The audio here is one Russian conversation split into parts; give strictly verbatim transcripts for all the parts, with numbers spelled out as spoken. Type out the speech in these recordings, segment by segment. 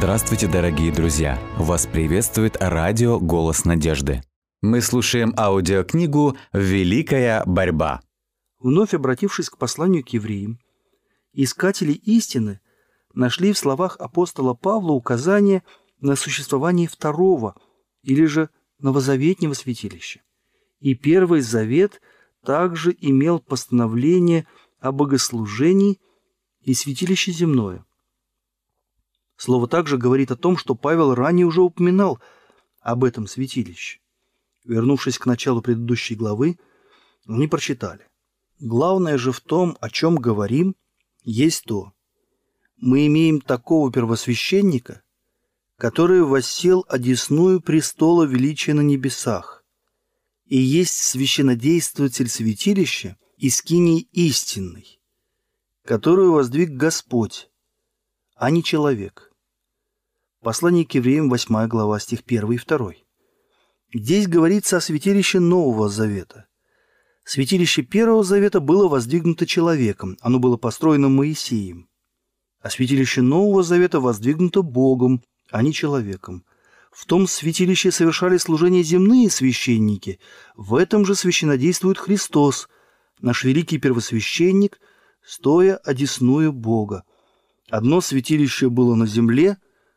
Здравствуйте, дорогие друзья! Вас приветствует радио «Голос надежды». Мы слушаем аудиокнигу «Великая борьба». Вновь обратившись к посланию к евреям, искатели истины нашли в словах апостола Павла указание на существование второго, или же новозаветнего святилища. И Первый Завет также имел постановление о богослужении и святилище земное. Слово также говорит о том, что Павел ранее уже упоминал об этом святилище. Вернувшись к началу предыдущей главы, они прочитали: «Главное же в том, о чем говорим, есть то: мы имеем такого первосвященника, который воссел одесную престола величия на небесах, и есть священнодействователь святилища и скинии истинной, которую воздвиг Господь, а не человек». Послание к евреям, восьмая глава, стих первый и второй. Здесь говорится о святилище Нового Завета. Святилище Первого Завета было воздвигнуто человеком, оно было построено Моисеем. А святилище Нового Завета воздвигнуто Богом, а не человеком. В том святилище совершали служение земные священники, в этом же священнодействует Христос, наш великий первосвященник, стоя одесную Бога. Одно святилище было на земле,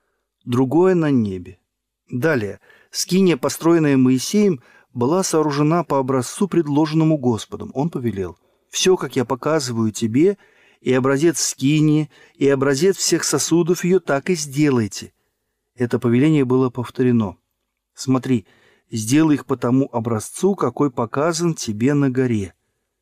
другое на небе. Далее, скиния, построенная Моисеем, была сооружена по образцу, предложенному Господом. Он повелел: «Все, как я показываю тебе, и образец скинии, и образец всех сосудов ее, так и сделайте». Это повеление было повторено. «Смотри, сделай их по тому образцу, какой показан тебе на горе».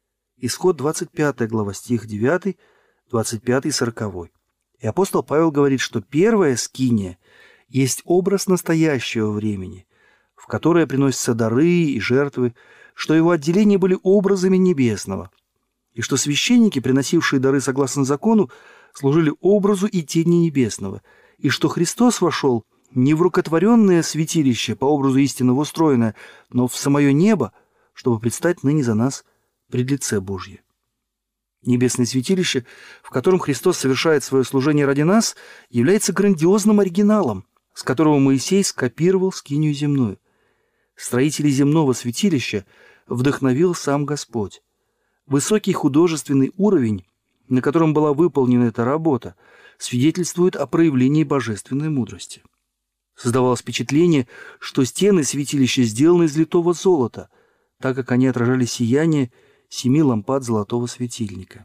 Исход двадцать пятая глава, стих девятый, двадцать пятый, сороковой. И апостол Павел говорит, что первая скиния есть образ настоящего времени, в которое приносятся дары и жертвы, что его отделения были образами небесного, и что священники, приносившие дары согласно закону, служили образу и тени небесного, и что Христос вошел не в рукотворенное святилище, по образу истинного устроенное, но в самое небо, чтобы предстать ныне за нас пред лице Божье. Небесное святилище, в котором Христос совершает свое служение ради нас, является грандиозным оригиналом, с которого Моисей скопировал скинию земную. Строителей земного святилища вдохновил сам Господь. Высокий художественный уровень, на котором была выполнена эта работа, свидетельствует о проявлении божественной мудрости. Создавалось впечатление, что стены святилища сделаны из литого золота, так как они отражали сияние семи лампад золотого светильника.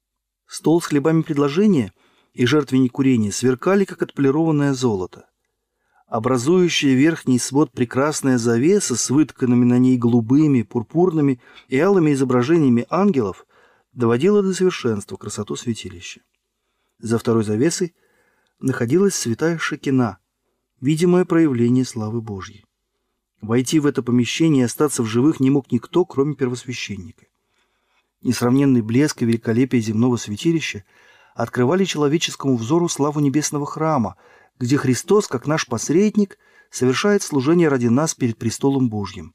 Стол с хлебами предложения и жертвенник курения сверкали, как отполированное золото. Образующая верхний свод прекрасная завеса с вытканными на ней голубыми, пурпурными и алыми изображениями ангелов доводила до совершенства красоту святилища. За второй завесой находилась святая Шекина, видимое проявление славы Божьей. Войти в это помещение и остаться в живых не мог никто, кроме первосвященника. Несравненный блеск и великолепие земного святилища открывали человеческому взору славу небесного храма, где Христос, как наш посредник, совершает служение ради нас перед престолом Божьим.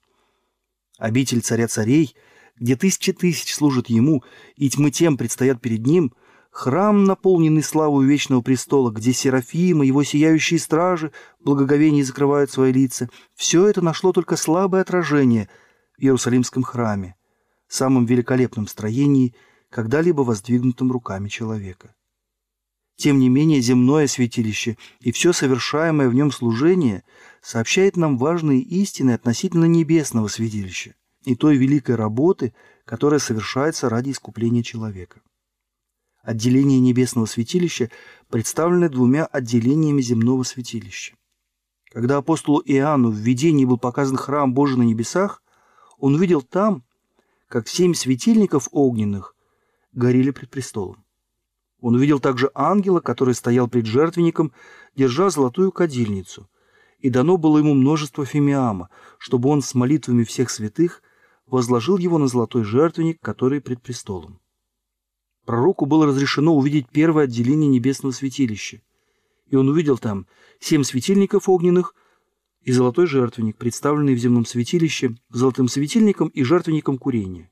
Обитель царя царей, где тысячи тысяч служат Ему, и тьмы тем предстоят перед Ним, храм, наполненный славою вечного престола, где серафимы, Его сияющие стражи в благоговении закрывают свои лица, все это нашло только слабое отражение в Иерусалимском храме, самом великолепном строении, когда-либо воздвигнутом руками человека. Тем не менее, земное святилище и все совершаемое в нем служение сообщает нам важные истины относительно небесного святилища и той великой работы, которая совершается ради искупления человека. Отделение небесного святилища представлено двумя отделениями земного святилища. Когда апостолу Иоанну в видении был показан храм Божий на небесах, он увидел там, как семь светильников огненных горели пред престолом. Он увидел также ангела, который стоял пред жертвенником, держа золотую кадильницу, и дано было ему множество фимиама, чтобы он с молитвами всех святых возложил его на золотой жертвенник, который пред престолом. Пророку было разрешено увидеть первое отделение небесного святилища, и он увидел там семь светильников огненных и золотой жертвенник, представленный в земном святилище золотым светильником и жертвенником курения.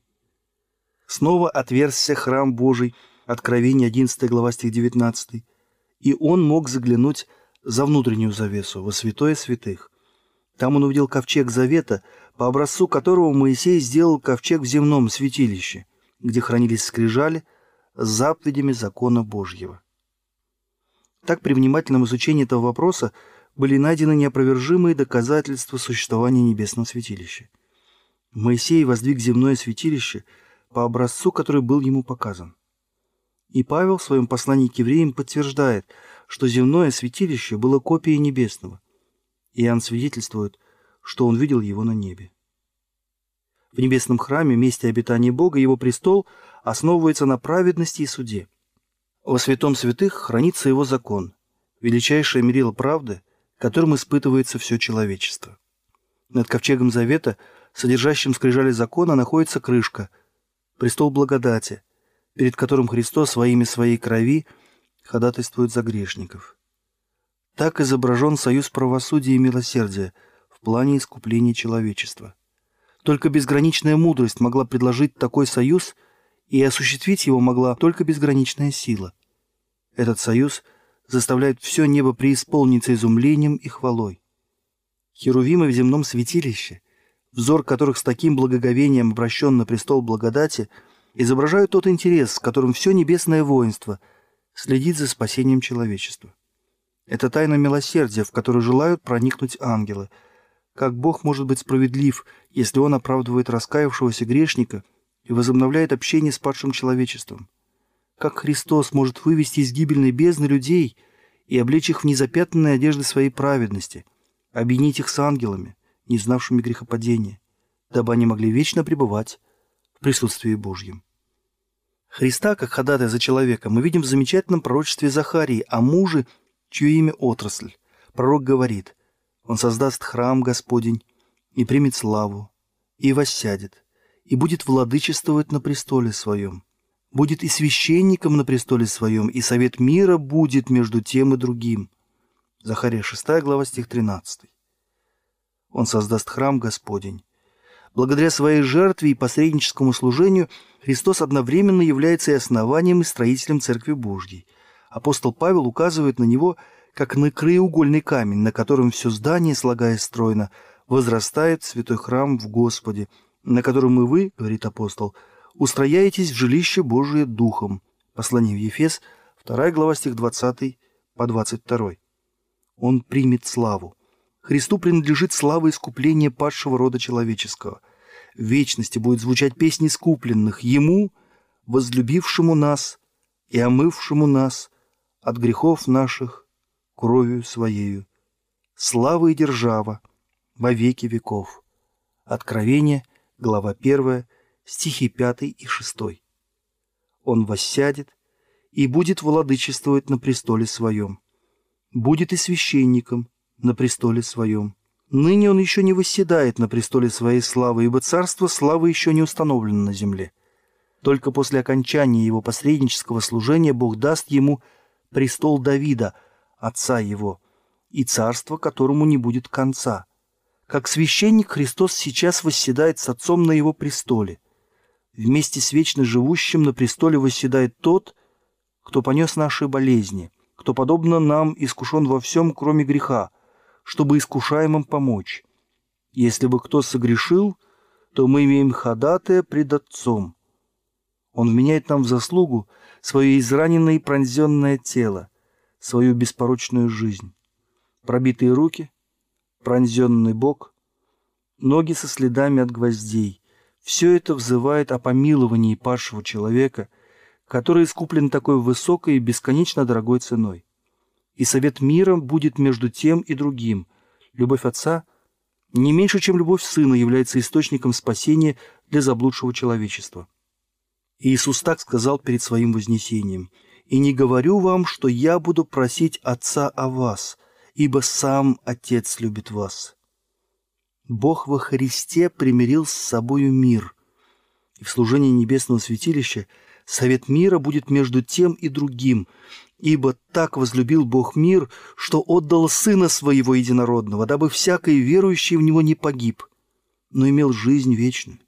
Снова отверзся храм Божий, Откровение, одиннадцатая глава, стих девятнадцатый, и он мог заглянуть за внутреннюю завесу, во святое святых. Там он увидел ковчег завета, по образцу которого Моисей сделал ковчег в земном святилище, где хранились скрижали с заповедями закона Божьего. Так при внимательном изучении этого вопроса были найдены неопровержимые доказательства существования небесного святилища. Моисей воздвиг земное святилище по образцу, который был ему показан. И Павел в своем послании к евреям подтверждает, что земное святилище было копией небесного. Иоанн свидетельствует, что он видел его на небе. В небесном храме, месте обитания Бога, его престол основывается на праведности и суде. Во святом святых хранится его закон, величайшее мерило правды, которым испытывается все человечество. Над ковчегом завета, содержащим скрижали закона, находится крышка, престол благодати, перед которым Христос во имя своей крови ходатайствует за грешников. Так изображен союз правосудия и милосердия в плане искупления человечества. Только безграничная мудрость могла предложить такой союз, и осуществить его могла только безграничная сила. Этот союз заставляет все небо преисполниться изумлением и хвалой. Херувимы в земном святилище, взор которых с таким благоговением обращен на престол благодати, изображают тот интерес, с которым все небесное воинство следит за спасением человечества. Это тайна милосердия, в которую желают проникнуть ангелы. Как Бог может быть справедлив, если Он оправдывает раскаявшегося грешника и возобновляет общение с падшим человечеством? Как Христос может вывести из гибельной бездны людей и облечь их в незапятнанные одежды своей праведности, объединить их с ангелами, не знавшими грехопадения, дабы они могли вечно пребывать в присутствии Божьем? Христа, как ходатая за человека, мы видим в замечательном пророчестве Захарии о муже, чье имя отрасль. Пророк говорит: «Он создаст храм Господень и примет славу, и воссядет, и будет владычествовать на престоле своем, будет и священником на престоле своем, и совет мира будет между тем и другим». Захария шестая глава, стих тринадцатый. Он создаст храм Господень. Благодаря своей жертве и посредническому служению Христос одновременно является и основанием, и строителем Церкви Божьей. Апостол Павел указывает на него как на краеугольный камень, на котором все здание, слагаясь стройно, возрастает в святой храм в Господе, на котором и вы, говорит апостол, устрояетесь в жилище Божие Духом. Послание в Ефес, вторая глава, стих двадцатый по двадцать второй. Он примет славу. Христу принадлежит слава искупления падшего рода человеческого. В вечности будет звучать песни искупленных Ему, возлюбившему нас и омывшему нас от грехов наших кровью Своею. Слава и держава во веки веков. Откровение, глава первая, стихи пятый и шестой. Он воссядет и будет владычествовать на престоле Своем. Будет и священником на престоле Своем. Ныне Он еще не восседает на престоле Своей славы, ибо царство славы еще не установлено на земле. Только после окончания Его посреднического служения Бог даст Ему престол Давида, отца Его, и царство, которому не будет конца. Как священник Христос сейчас восседает с Отцом на Его престоле. Вместе с вечно живущим на престоле восседает Тот, кто понес наши болезни, кто, подобно нам, искушен во всем, кроме греха, чтобы искушаемым помочь. Если бы кто согрешил, то мы имеем ходатая пред Отцом. Он вменяет нам в заслугу свое израненное и пронзенное тело, свою беспорочную жизнь. Пробитые руки, пронзенный бок, ноги со следами от гвоздей — все это взывает о помиловании падшего человека, который искуплен такой высокой и бесконечно дорогой ценой. И совет мира будет между тем и другим. Любовь Отца не меньше, чем любовь Сына, является источником спасения для заблудшего человечества. Иисус так сказал перед Своим вознесением: «И не говорю вам, что я буду просить Отца о вас, ибо Сам Отец любит вас». Бог во Христе примирил с собою мир, и в служении небесного святилища совет мира будет между тем и другим, ибо так возлюбил Бог мир, что отдал Сына Своего Единородного, дабы всякий верующий в Него не погиб, но имел жизнь вечную.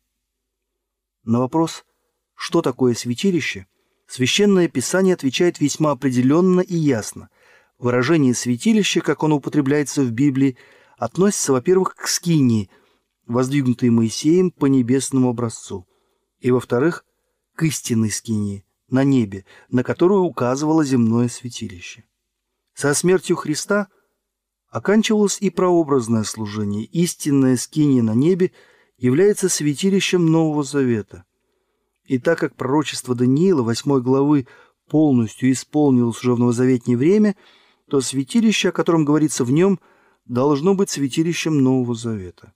На вопрос, что такое святилище, Священное Писание отвечает весьма определенно и ясно. Выражение «святилище», как оно употребляется в Библии, относится, во-первых, к скинии, воздвигнутой Моисеем по небесному образцу, и, во-вторых, к истинной скинии, на небе, на которую указывало земное святилище. Со смертью Христа оканчивалось и прообразное служение. Истинная скиния на небе является святилищем Нового Завета. И так как пророчество Даниила, восьмой главы, полностью исполнилось уже в новозаветнее время, то святилище, о котором говорится в нем, должно быть святилищем Нового Завета.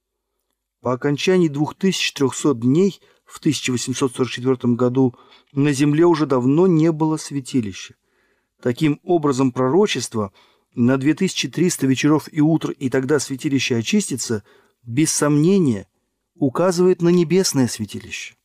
По окончании двух тысяч трехсот дней в тысяча восемьсот сорок четвёртом году на земле уже давно не было святилища. Таким образом, пророчество на две тысячи триста вечеров и утр, и тогда святилище очистится, без сомнения указывает на небесное святилище.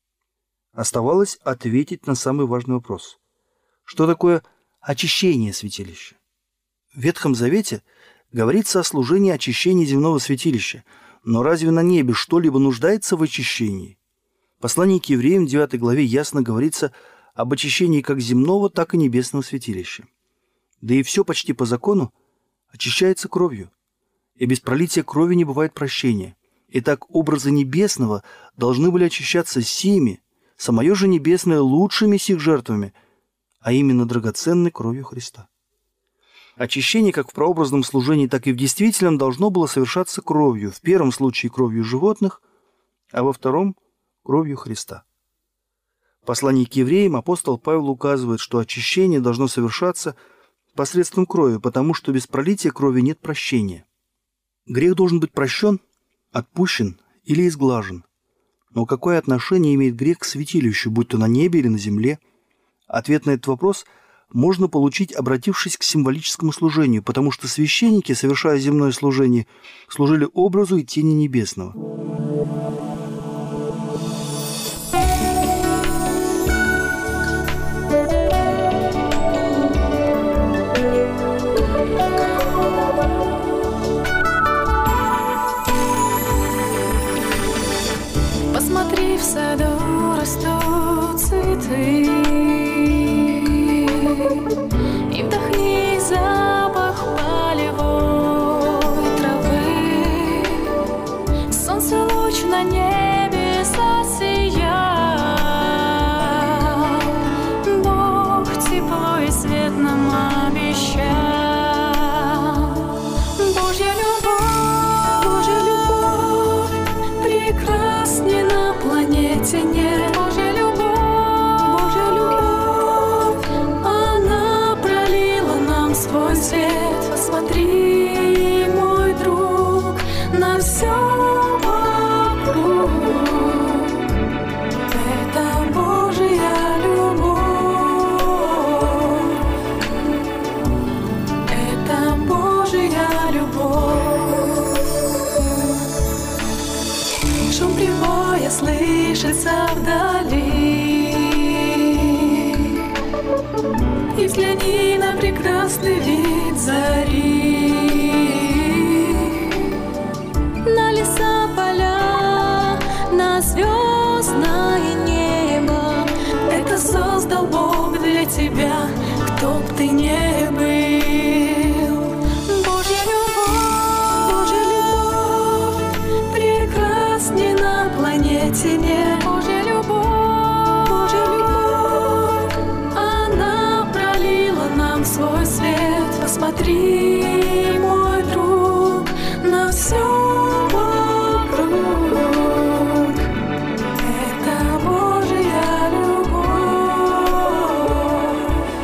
Оставалось ответить на самый важный вопрос. Что такое очищение святилища? В Ветхом Завете говорится о служении очищения земного святилища, но разве на небе что-либо нуждается в очищении? В послании к евреям, девятой главе, ясно говорится об очищении как земного, так и небесного святилища. Да и все почти по закону очищается кровью, и без пролития крови не бывает прощения. Итак, образы небесного должны были очищаться сими, самое же небесное лучшими сих жертвами, а именно драгоценной кровью Христа. Очищение как в прообразном служении, так и в действительном должно было совершаться кровью, в первом случае кровью животных, а во втором – кровью Христа. В послании к евреям апостол Павел указывает, что очищение должно совершаться посредством крови, потому что без пролития крови нет прощения. Грех должен быть прощен, отпущен или изглажен. Но какое отношение имеет грех к святилищу, будь то на небе или на земле? Ответ на этот вопрос можно получить, обратившись к символическому служению, потому что священники, совершая земное служение, служили образу и тени небесного. Посмотри, в саду растут цветы, и вдохни запах полевой травы. Солнце луч на небе засиял, Бог тепло и свет нам обещал. Божья любовь, Божья любовь, прекрасней на планете нет. Божья любовь, Божья любовь, она пролила нам свой свет. Посмотри, мой друг, на все вокруг. Это Божья любовь, это Божья любовь. Шум прибоя слышится вдали, и взгляни на прекрасный вид зари, на леса, поля, на звездное небо. Это создал Бог для тебя, кто б ты не был. Божья любовь, Божья любовь, прекрасней на планете нет. Божья любовь, Божья любовь, она пролила нам свой свет. Посмотри, мой друг, на все вокруг. Это Божья любовь,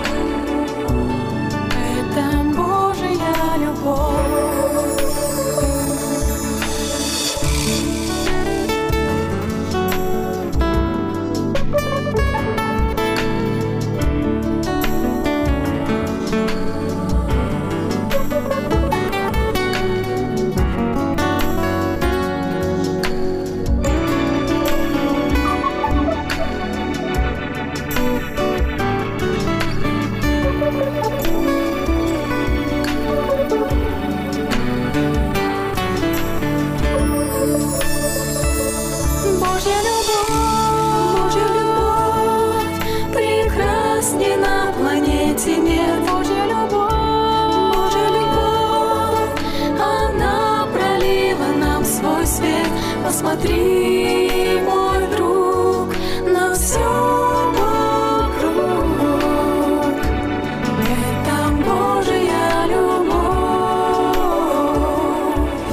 это Божья любовь. Посмотри, мой друг, на все вокруг. Это Божья любовь.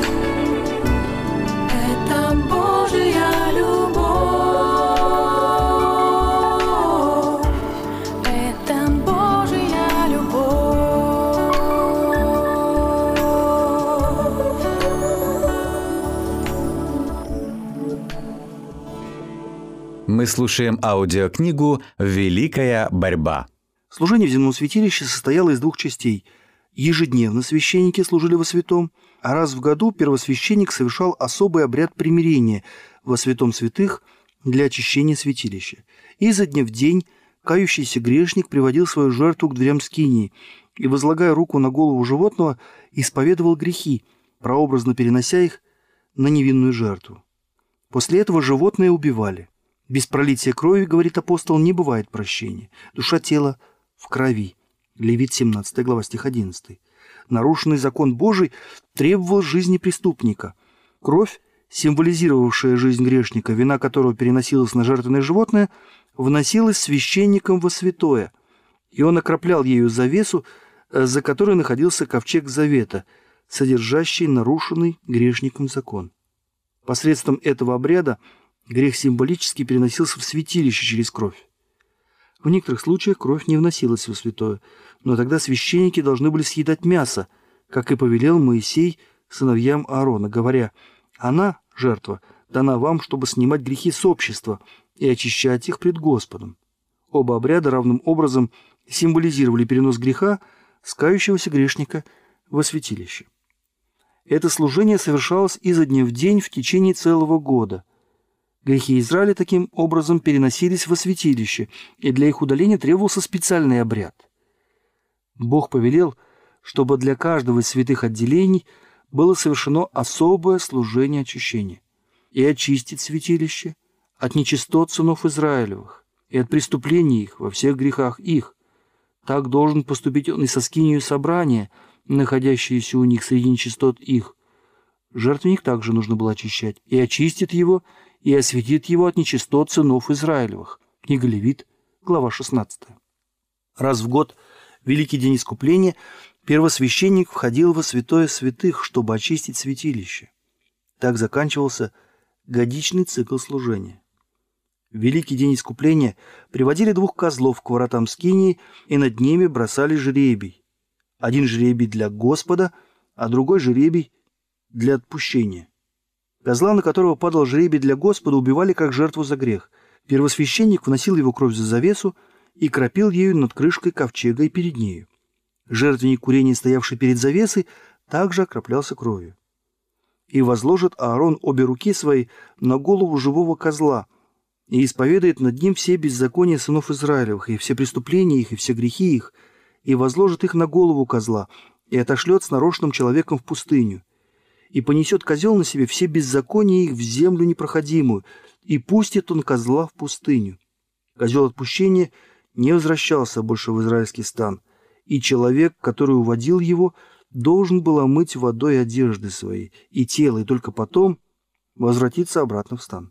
Это Божья любовь. Это Божья любовь. Мы слушаем аудиокнигу «Великая борьба». Служение в земном святилище состояло из двух частей. Ежедневно священники служили во святом, а раз в году первосвященник совершал особый обряд примирения во святом святых для очищения святилища. И изо дня в день кающийся грешник приводил свою жертву к дверям скинии и, возлагая руку на голову животного, исповедовал грехи, прообразно перенося их на невинную жертву. После этого животное убивали. Без пролития крови, говорит апостол, не бывает прощения. Душа тела в крови. Левит семнадцатая глава, стих одиннадцатый. Нарушенный закон Божий требовал жизни преступника. Кровь, символизировавшая жизнь грешника, вина которого переносилась на жертвенное животное, вносилась священником во святое, и он окроплял ею завесу, за которой находился ковчег завета, содержащий нарушенный грешником закон. Посредством этого обряда грех символически переносился в святилище через кровь. В некоторых случаях кровь не вносилась во святое, но тогда священники должны были съедать мясо, как и повелел Моисей сыновьям Аарона, говоря: «Она, жертва, дана вам, чтобы снимать грехи с общества и очищать их пред Господом». Оба обряда равным образом символизировали перенос греха с кающегося грешника во святилище. Это служение совершалось изо дня в день в течение целого года. Грехи Израиля таким образом переносились во святилище, и для их удаления требовался специальный обряд. Бог повелел, чтобы для каждого из святых отделений было совершено особое служение очищения и очистить святилище от нечистот сынов Израилевых и от преступлений их во всех грехах их. Так должен поступить он и со скинию собрания, находящиеся у них среди нечистот их. Жертвенник также нужно было очищать, и очистит его, и осветит его от нечистот сынов Израилевых. Книга Левит, глава шестнадцатая. Раз в год, Великий день искупления, первосвященник входил во святое святых, чтобы очистить святилище. Так заканчивался годичный цикл служения. В Великий день искупления приводили двух козлов к воротам скинии и над ними бросали жребий. Один жребий для Господа, а другой жребий для отпущения. Козла, на которого падал жребий для Господа, убивали как жертву за грех. Первосвященник вносил его кровь за завесу и кропил ею над крышкой ковчега и перед нею. Жертвенник курения, стоявший перед завесой, также окроплялся кровью. И возложит Аарон обе руки свои на голову живого козла и исповедает над ним все беззакония сынов Израилевых, и все преступления их, и все грехи их, и возложит их на голову козла, и отошлет с нарочным человеком в пустыню. И понесет козел на себе все беззакония их в землю непроходимую, и пустит он козла в пустыню. Козел отпущения не возвращался больше в израильский стан, и человек, который уводил его, должен был омыть водой одежды свои и тело, и только потом возвратиться обратно в стан.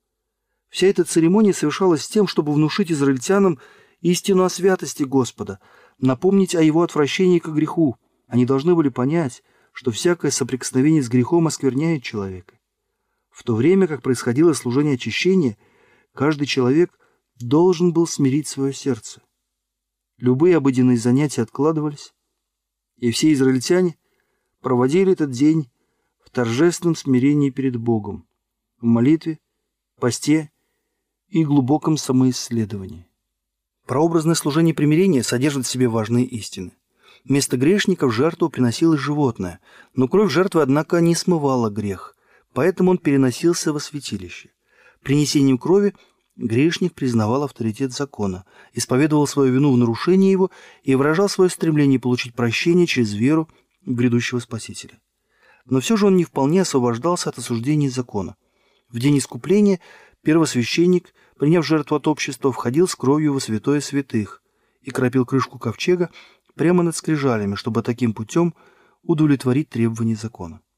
Вся эта церемония совершалась с тем, чтобы внушить израильтянам истину о святости Господа, напомнить о его отвращении к греху. Они должны были понять, что всякое соприкосновение с грехом оскверняет человека. В то время, как происходило служение очищения, каждый человек должен был смирить свое сердце. Любые обыденные занятия откладывались, и все израильтяне проводили этот день в торжественном смирении перед Богом, в молитве, посте и глубоком самоисследовании. Прообразное служение примирения содержит в себе важные истины. Вместо грешника в жертву приносилось животное, но кровь жертвы, однако, не смывала грех, поэтому он переносился во святилище. Принесением крови грешник признавал авторитет закона, исповедовал свою вину в нарушении его и выражал свое стремление получить прощение через веру в грядущего Спасителя. Но все же он не вполне освобождался от осуждения закона. В день искупления первосвященник, приняв жертву от общества, входил с кровью во святое святых и кропил крышку ковчега прямо над скрижалями, чтобы таким путем удовлетворить требования закона.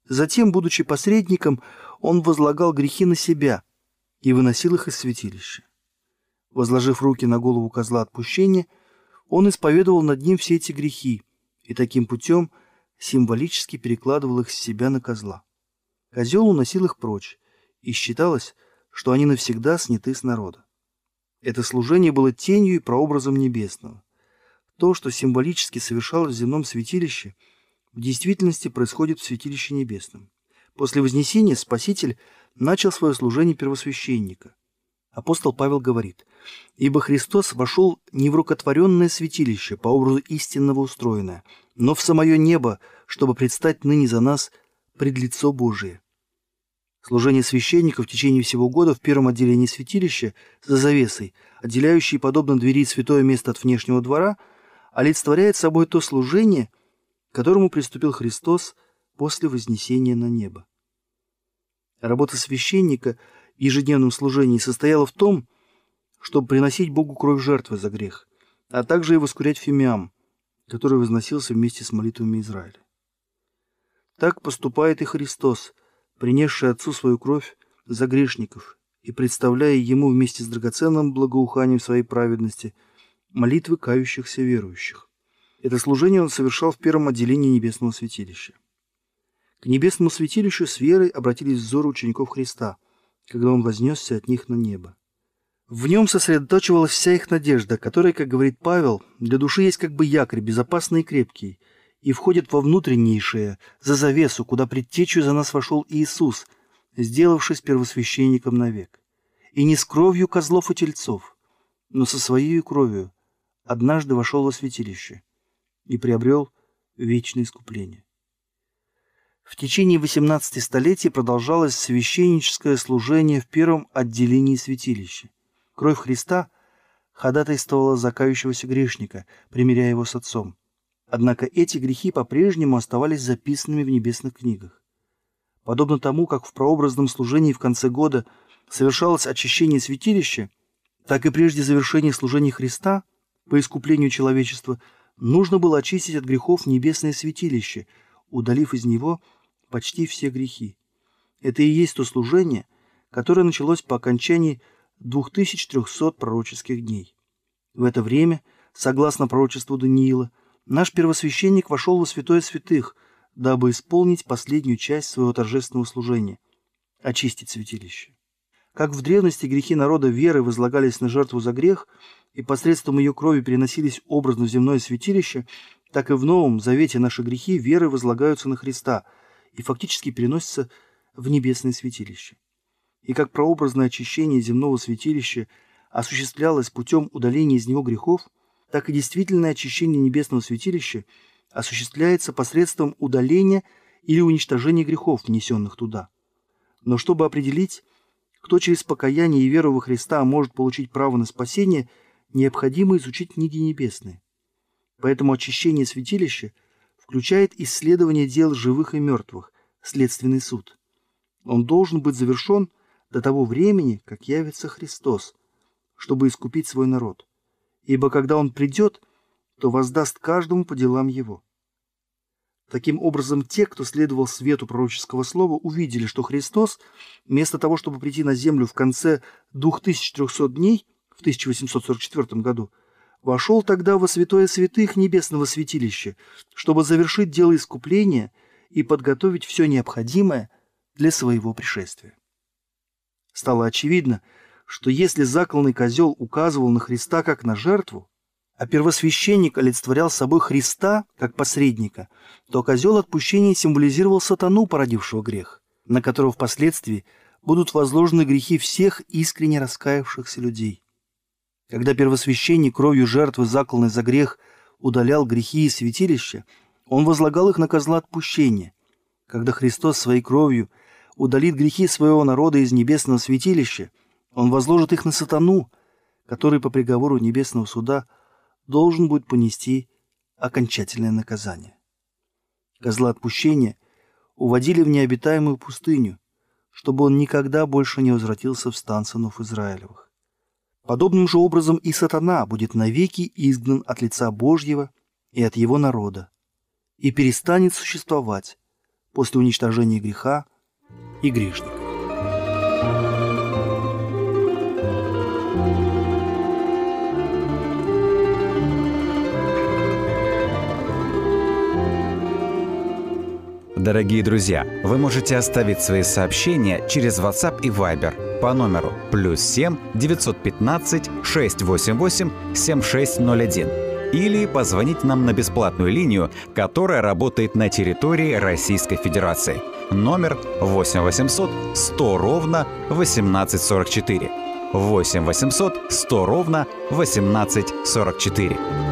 Затем, будучи посредником, он возлагал грехи на себя и выносил их из святилища. Возложив руки на голову козла отпущения, он исповедовал над ним все эти грехи и таким путем символически перекладывал их с себя на козла. Козел уносил их прочь, и считалось, что они навсегда сняты с народа. Это служение было тенью и прообразом небесного. То, что символически совершалось в земном святилище, в действительности происходит в святилище небесном. После Вознесения Спаситель начал свое служение первосвященника. Апостол Павел говорит: «Ибо Христос вошел не в рукотворенное святилище, по образу истинного устроенное, но в самое небо, чтобы предстать ныне за нас пред лицо Божие». Служение священника в течение всего года в первом отделении святилища за завесой, отделяющей, подобно двери, святое место от внешнего двора, олицетворяет собой то служение, к которому приступил Христос после вознесения на небо. Работа священника в ежедневном служении состояла в том, чтобы приносить Богу кровь жертвы за грех, а также и воскурять фимиам, который возносился вместе с молитвами Израиля. Так поступает и Христос, принесший Отцу свою кровь за грешников и представляя Ему вместе с драгоценным благоуханием своей праведности молитвы кающихся верующих. Это служение он совершал в первом отделении небесного святилища. К небесному святилищу с верой обратились взоры учеников Христа, когда он вознесся от них на небо. В нем сосредоточивалась вся их надежда, которая, как говорит Павел, для души есть как бы якорь, безопасный и крепкий, и входит во внутреннейшее, за завесу, куда предтечью за нас вошел Иисус, сделавшись первосвященником навек. И не с кровью козлов и тельцов, но со своей кровью однажды вошел во святилище и приобрел вечное искупление. В течение восемнадцати столетий продолжалось священническое служение в первом отделении святилища. Кровь Христа ходатайствовала за кающегося грешника, примиряя его с Отцом. Однако эти грехи по-прежнему оставались записанными в небесных книгах. Подобно тому, как в прообразном служении в конце года совершалось очищение святилища, так и прежде завершения служения Христа по искуплению человечества нужно было очистить от грехов небесное святилище, удалив из него почти все грехи. Это и есть то служение, которое началось по окончании двух тысяч трёхсот пророческих дней. В это время, согласно пророчеству Даниила, наш первосвященник вошел во святое святых, дабы исполнить последнюю часть своего торжественного служения – очистить святилище. Как в древности грехи народа веры возлагались на жертву за грех и посредством ее крови переносились образно в земное святилище, так и в Новом Завете наши грехи веры возлагаются на Христа и фактически переносятся в небесное святилище. И как прообразное очищение земного святилища осуществлялось путем удаления из него грехов, так и действительное очищение небесного святилища осуществляется посредством удаления или уничтожения грехов, внесенных туда. Но чтобы определить, кто через покаяние и веру во Христа может получить право на спасение, необходимо изучить книги небесные. Поэтому очищение святилища включает исследование дел живых и мертвых, следственный суд. Он должен быть завершен до того времени, как явится Христос, чтобы искупить свой народ. Ибо когда Он придет, то воздаст каждому по делам его. Таким образом, те, кто следовал свету пророческого слова, увидели, что Христос, вместо того, чтобы прийти на землю в конце двух тысяч трёхсот дней, в тысяча восемьсот сорок четвёртом году, вошел тогда во святое святых небесного святилища, чтобы завершить дело искупления и подготовить все необходимое для своего пришествия. Стало очевидно, что если закланный козел указывал на Христа как на жертву, а первосвященник олицетворял собой Христа как посредника, то козел отпущения символизировал сатану, породившего грех, на которого впоследствии будут возложены грехи всех искренне раскаявшихся людей. Когда первосвященник кровью жертвы, закланной за грех, удалял грехи из святилища, он возлагал их на козла отпущения. Когда Христос своей кровью удалит грехи своего народа из небесного святилища, он возложит их на сатану, который по приговору небесного суда должен будет понести окончательное наказание. Козла отпущения уводили в необитаемую пустыню, чтобы он никогда больше не возвратился в стан сынов Израилевых. Подобным же образом и сатана будет навеки изгнан от лица Божьего и от его народа, и перестанет существовать, после уничтожения греха и грешника. Дорогие друзья, вы можете оставить свои сообщения через WhatsApp и Viber по номеру плюс семь девятьсот пятнадцать шестьсот восемьдесят восемь семьдесят шесть ноль один или позвонить нам на бесплатную линию, которая работает на территории Российской Федерации. Номер восемь восемьсот сто ровно восемнадцать сорок четыре. восемь восемьсот сто ровно восемнадцать сорок четыре.